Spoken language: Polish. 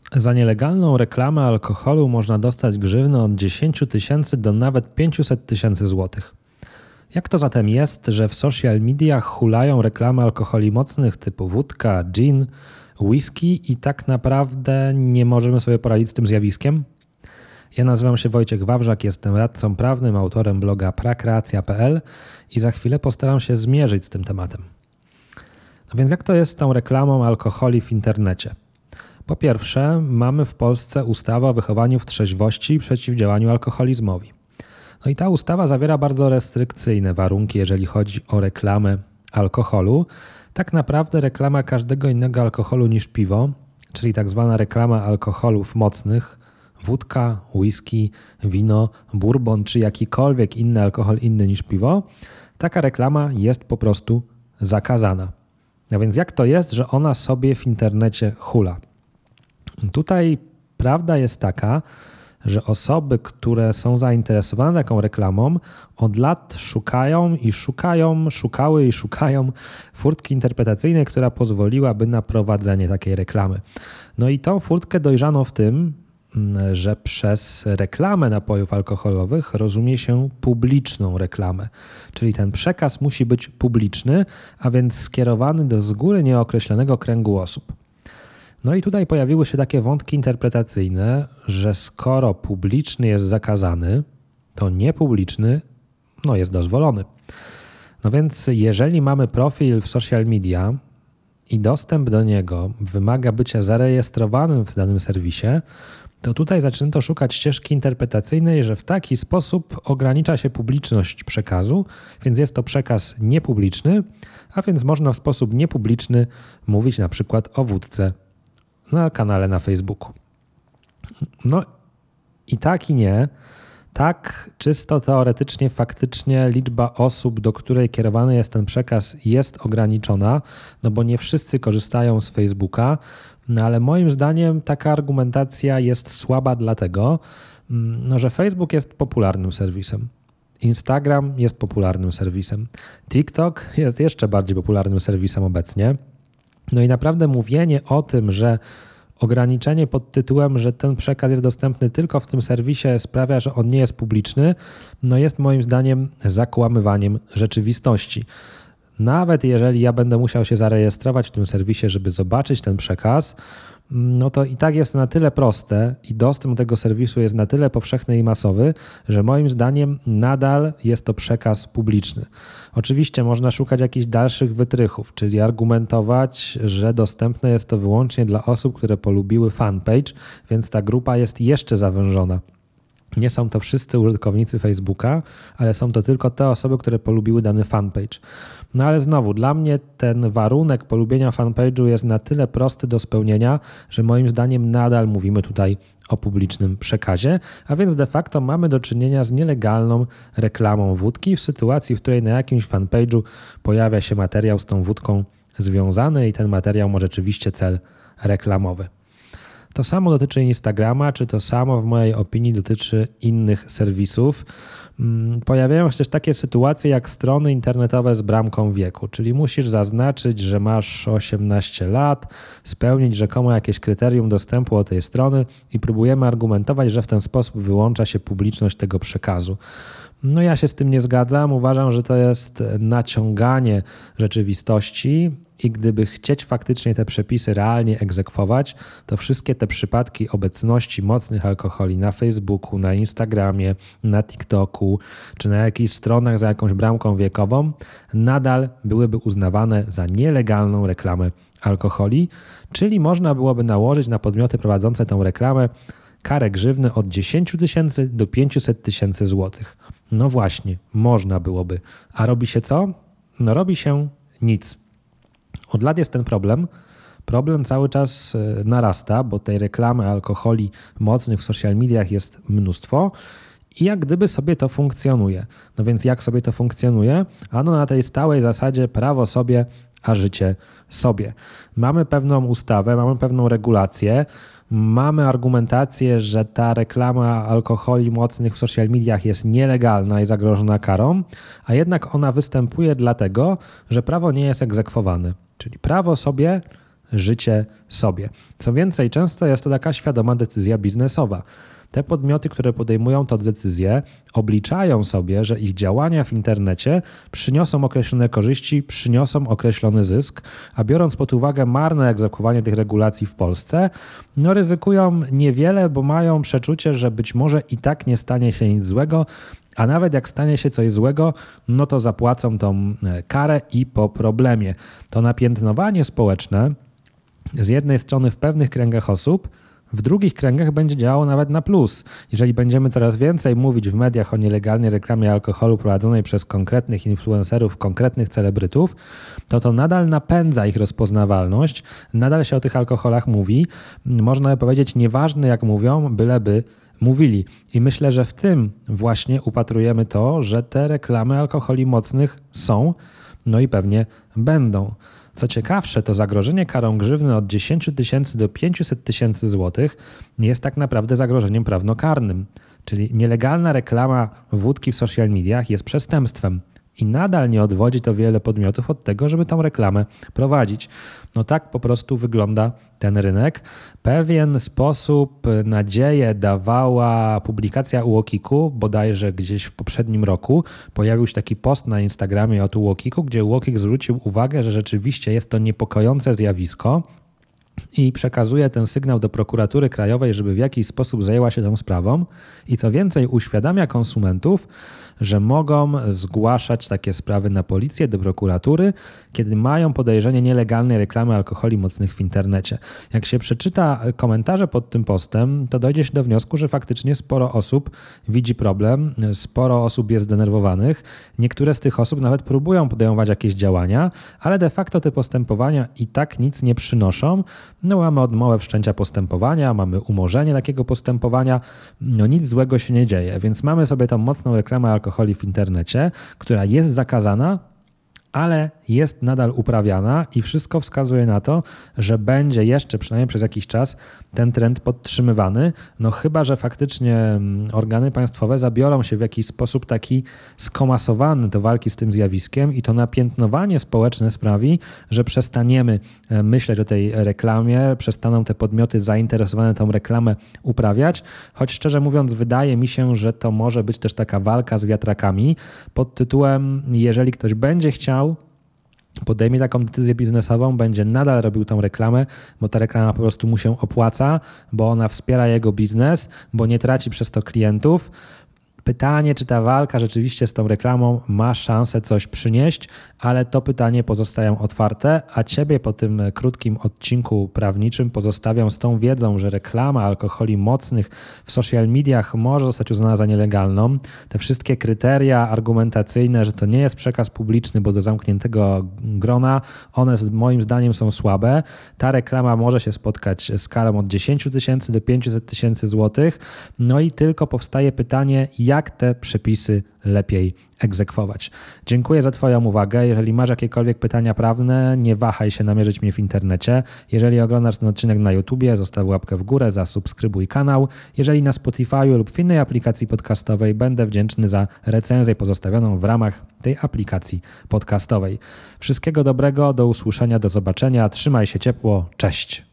Za nielegalną reklamę alkoholu można dostać grzywnę od 10 000 do nawet 500 000 złotych. Jak to zatem jest, że w social mediach hulają reklamy alkoholi mocnych typu wódka, gin, whisky i tak naprawdę nie możemy sobie poradzić z tym zjawiskiem? Ja nazywam się Wojciech Wawrzak, jestem radcą prawnym, autorem bloga prakreacja.pl i za chwilę postaram się zmierzyć z tym tematem. No więc jak to jest z tą reklamą alkoholi w internecie? Po pierwsze, mamy w Polsce ustawę o wychowaniu w trzeźwości i przeciwdziałaniu alkoholizmowi. No i ta ustawa zawiera bardzo restrykcyjne warunki, jeżeli chodzi o reklamę alkoholu. Tak naprawdę reklama każdego innego alkoholu niż piwo, czyli tak zwana reklama alkoholów mocnych, wódka, whisky, wino, bourbon czy jakikolwiek inny alkohol inny niż piwo, taka reklama jest po prostu zakazana. A więc jak to jest, że ona sobie w internecie hula? Tutaj prawda jest taka, że osoby, które są zainteresowane taką reklamą, od lat szukają furtki interpretacyjnej, która pozwoliłaby na prowadzenie takiej reklamy. No i tą furtkę dojrzano w tym, że przez reklamę napojów alkoholowych rozumie się publiczną reklamę, czyli ten przekaz musi być publiczny, a więc skierowany do z góry nieokreślonego kręgu osób. No i tutaj pojawiły się takie wątki interpretacyjne, że skoro publiczny jest zakazany, to niepubliczny jest dozwolony. No więc jeżeli mamy profil w social media i dostęp do niego wymaga bycia zarejestrowanym w danym serwisie, to tutaj zaczęto szukać ścieżki interpretacyjnej, że w taki sposób ogranicza się publiczność przekazu, więc jest to przekaz niepubliczny, a więc można w sposób niepubliczny mówić na przykład o wódce na kanale na Facebooku. No i tak i nie. Tak czysto teoretycznie, faktycznie liczba osób, do której kierowany jest ten przekaz, jest ograniczona, no bo nie wszyscy korzystają z Facebooka, no ale moim zdaniem taka argumentacja jest słaba dlatego, że Facebook jest popularnym serwisem. Instagram jest popularnym serwisem. TikTok jest jeszcze bardziej popularnym serwisem obecnie. No i naprawdę mówienie o tym, że ograniczenie pod tytułem, że ten przekaz jest dostępny tylko w tym serwisie sprawia, że on nie jest publiczny, jest moim zdaniem zakłamywaniem rzeczywistości. Nawet jeżeli ja będę musiał się zarejestrować w tym serwisie, żeby zobaczyć ten przekaz, to i tak jest na tyle proste i dostęp do tego serwisu jest na tyle powszechny i masowy, że moim zdaniem nadal jest to przekaz publiczny. Oczywiście można szukać jakichś dalszych wytrychów, czyli argumentować, że dostępne jest to wyłącznie dla osób, które polubiły fanpage, więc ta grupa jest jeszcze zawężona. Nie są to wszyscy użytkownicy Facebooka, ale są to tylko te osoby, które polubiły dany fanpage. No ale znowu, dla mnie ten warunek polubienia fanpage'u jest na tyle prosty do spełnienia, że moim zdaniem nadal mówimy tutaj o publicznym przekazie, a więc de facto mamy do czynienia z nielegalną reklamą wódki w sytuacji, w której na jakimś fanpage'u pojawia się materiał z tą wódką związany i ten materiał ma rzeczywiście cel reklamowy. To samo dotyczy Instagrama, czy to samo w mojej opinii dotyczy innych serwisów. Pojawiają się też takie sytuacje jak strony internetowe z bramką wieku, czyli musisz zaznaczyć, że masz 18 lat, spełnić rzekomo jakieś kryterium dostępu do tej strony i próbujemy argumentować, że w ten sposób wyłącza się publiczność tego przekazu. Ja się z tym nie zgadzam, uważam, że to jest naciąganie rzeczywistości i gdyby chcieć faktycznie te przepisy realnie egzekwować, to wszystkie te przypadki obecności mocnych alkoholi na Facebooku, na Instagramie, na TikToku czy na jakichś stronach za jakąś bramką wiekową nadal byłyby uznawane za nielegalną reklamę alkoholi, czyli można byłoby nałożyć na podmioty prowadzące tę reklamę karę grzywny od 10 000 do 500 000 złotych. No właśnie, można byłoby. A robi się co? Robi się nic. Od lat jest ten problem. Problem cały czas narasta, bo tej reklamy alkoholi mocnych w social mediach jest mnóstwo i jak gdyby sobie to funkcjonuje. No więc jak sobie to funkcjonuje? Ano na tej stałej zasadzie prawo sobie, a życie sobie. Mamy pewną ustawę, mamy pewną regulację, mamy argumentację, że ta reklama alkoholi mocnych w social mediach jest nielegalna i zagrożona karą, a jednak ona występuje dlatego, że prawo nie jest egzekwowane. Czyli prawo sobie, życie sobie. Co więcej, często jest to taka świadoma decyzja biznesowa. Te podmioty, które podejmują tę decyzję, obliczają sobie, że ich działania w internecie przyniosą określone korzyści, przyniosą określony zysk, a biorąc pod uwagę marne egzekwowanie tych regulacji w Polsce, ryzykują niewiele, bo mają przeczucie, że być może i tak nie stanie się nic złego, a nawet jak stanie się coś złego, to zapłacą tą karę i po problemie. To napiętnowanie społeczne z jednej strony w pewnych kręgach osób, w drugich kręgach będzie działało nawet na plus. Jeżeli będziemy coraz więcej mówić w mediach o nielegalnej reklamie alkoholu prowadzonej przez konkretnych influencerów, konkretnych celebrytów, to nadal napędza ich rozpoznawalność, nadal się o tych alkoholach mówi. Można by powiedzieć, nieważne jak mówią, byleby mówili. I myślę, że w tym właśnie upatrujemy to, że te reklamy alkoholi mocnych są, i pewnie będą. Co ciekawsze, to zagrożenie karą grzywny od 10 tysięcy do 500 tysięcy złotych jest tak naprawdę zagrożeniem prawnokarnym. Czyli nielegalna reklama wódki w social mediach jest przestępstwem i nadal nie odwodzi to wiele podmiotów od tego, żeby tą reklamę prowadzić. Tak po prostu wygląda ten rynek. Pewien sposób nadzieję dawała publikacja UOKiK-u, bodajże gdzieś w poprzednim roku. Pojawił się taki post na Instagramie od UOKiK-u, gdzie UOKiK zwrócił uwagę, że rzeczywiście jest to niepokojące zjawisko i przekazuje ten sygnał do prokuratury krajowej, żeby w jakiś sposób zajęła się tą sprawą i co więcej uświadamia konsumentów, że mogą zgłaszać takie sprawy na policję, do prokuratury, kiedy mają podejrzenie nielegalnej reklamy alkoholi mocnych w internecie. Jak się przeczyta komentarze pod tym postem, to dojdzie się do wniosku, że faktycznie sporo osób widzi problem, sporo osób jest zdenerwowanych. Niektóre z tych osób nawet próbują podejmować jakieś działania, ale de facto te postępowania i tak nic nie przynoszą. Mamy odmowę wszczęcia postępowania, mamy umorzenie takiego postępowania, nic złego się nie dzieje, więc mamy sobie tą mocną reklamę alkoholi w internecie, która jest zakazana, ale jest nadal uprawiana i wszystko wskazuje na to, że będzie jeszcze przynajmniej przez jakiś czas ten trend podtrzymywany, chyba że faktycznie organy państwowe zabiorą się w jakiś sposób taki skomasowany do walki z tym zjawiskiem i to napiętnowanie społeczne sprawi, że przestaniemy myśleć o tej reklamie, przestaną te podmioty zainteresowane tą reklamę uprawiać, choć szczerze mówiąc wydaje mi się, że to może być też taka walka z wiatrakami pod tytułem, jeżeli ktoś będzie chciał, podejmie taką decyzję biznesową, będzie nadal robił tą reklamę, bo ta reklama po prostu mu się opłaca, bo ona wspiera jego biznes, bo nie traci przez to klientów. Pytanie, czy ta walka rzeczywiście z tą reklamą ma szansę coś przynieść, ale to pytanie pozostają otwarte, a Ciebie po tym krótkim odcinku prawniczym pozostawiam z tą wiedzą, że reklama alkoholi mocnych w social mediach może zostać uznana za nielegalną. Te wszystkie kryteria argumentacyjne, że to nie jest przekaz publiczny, bo do zamkniętego grona, one moim zdaniem są słabe. Ta reklama może się spotkać z karą od 10 tysięcy do 500 tysięcy złotych. I tylko powstaje pytanie, jak te przepisy lepiej egzekwować. Dziękuję za Twoją uwagę. Jeżeli masz jakiekolwiek pytania prawne, nie wahaj się namierzyć mnie w internecie. Jeżeli oglądasz ten odcinek na YouTubie, zostaw łapkę w górę, zasubskrybuj kanał. Jeżeli na Spotify lub w innej aplikacji podcastowej, będę wdzięczny za recenzję pozostawioną w ramach tej aplikacji podcastowej. Wszystkiego dobrego, do usłyszenia, do zobaczenia. Trzymaj się ciepło. Cześć.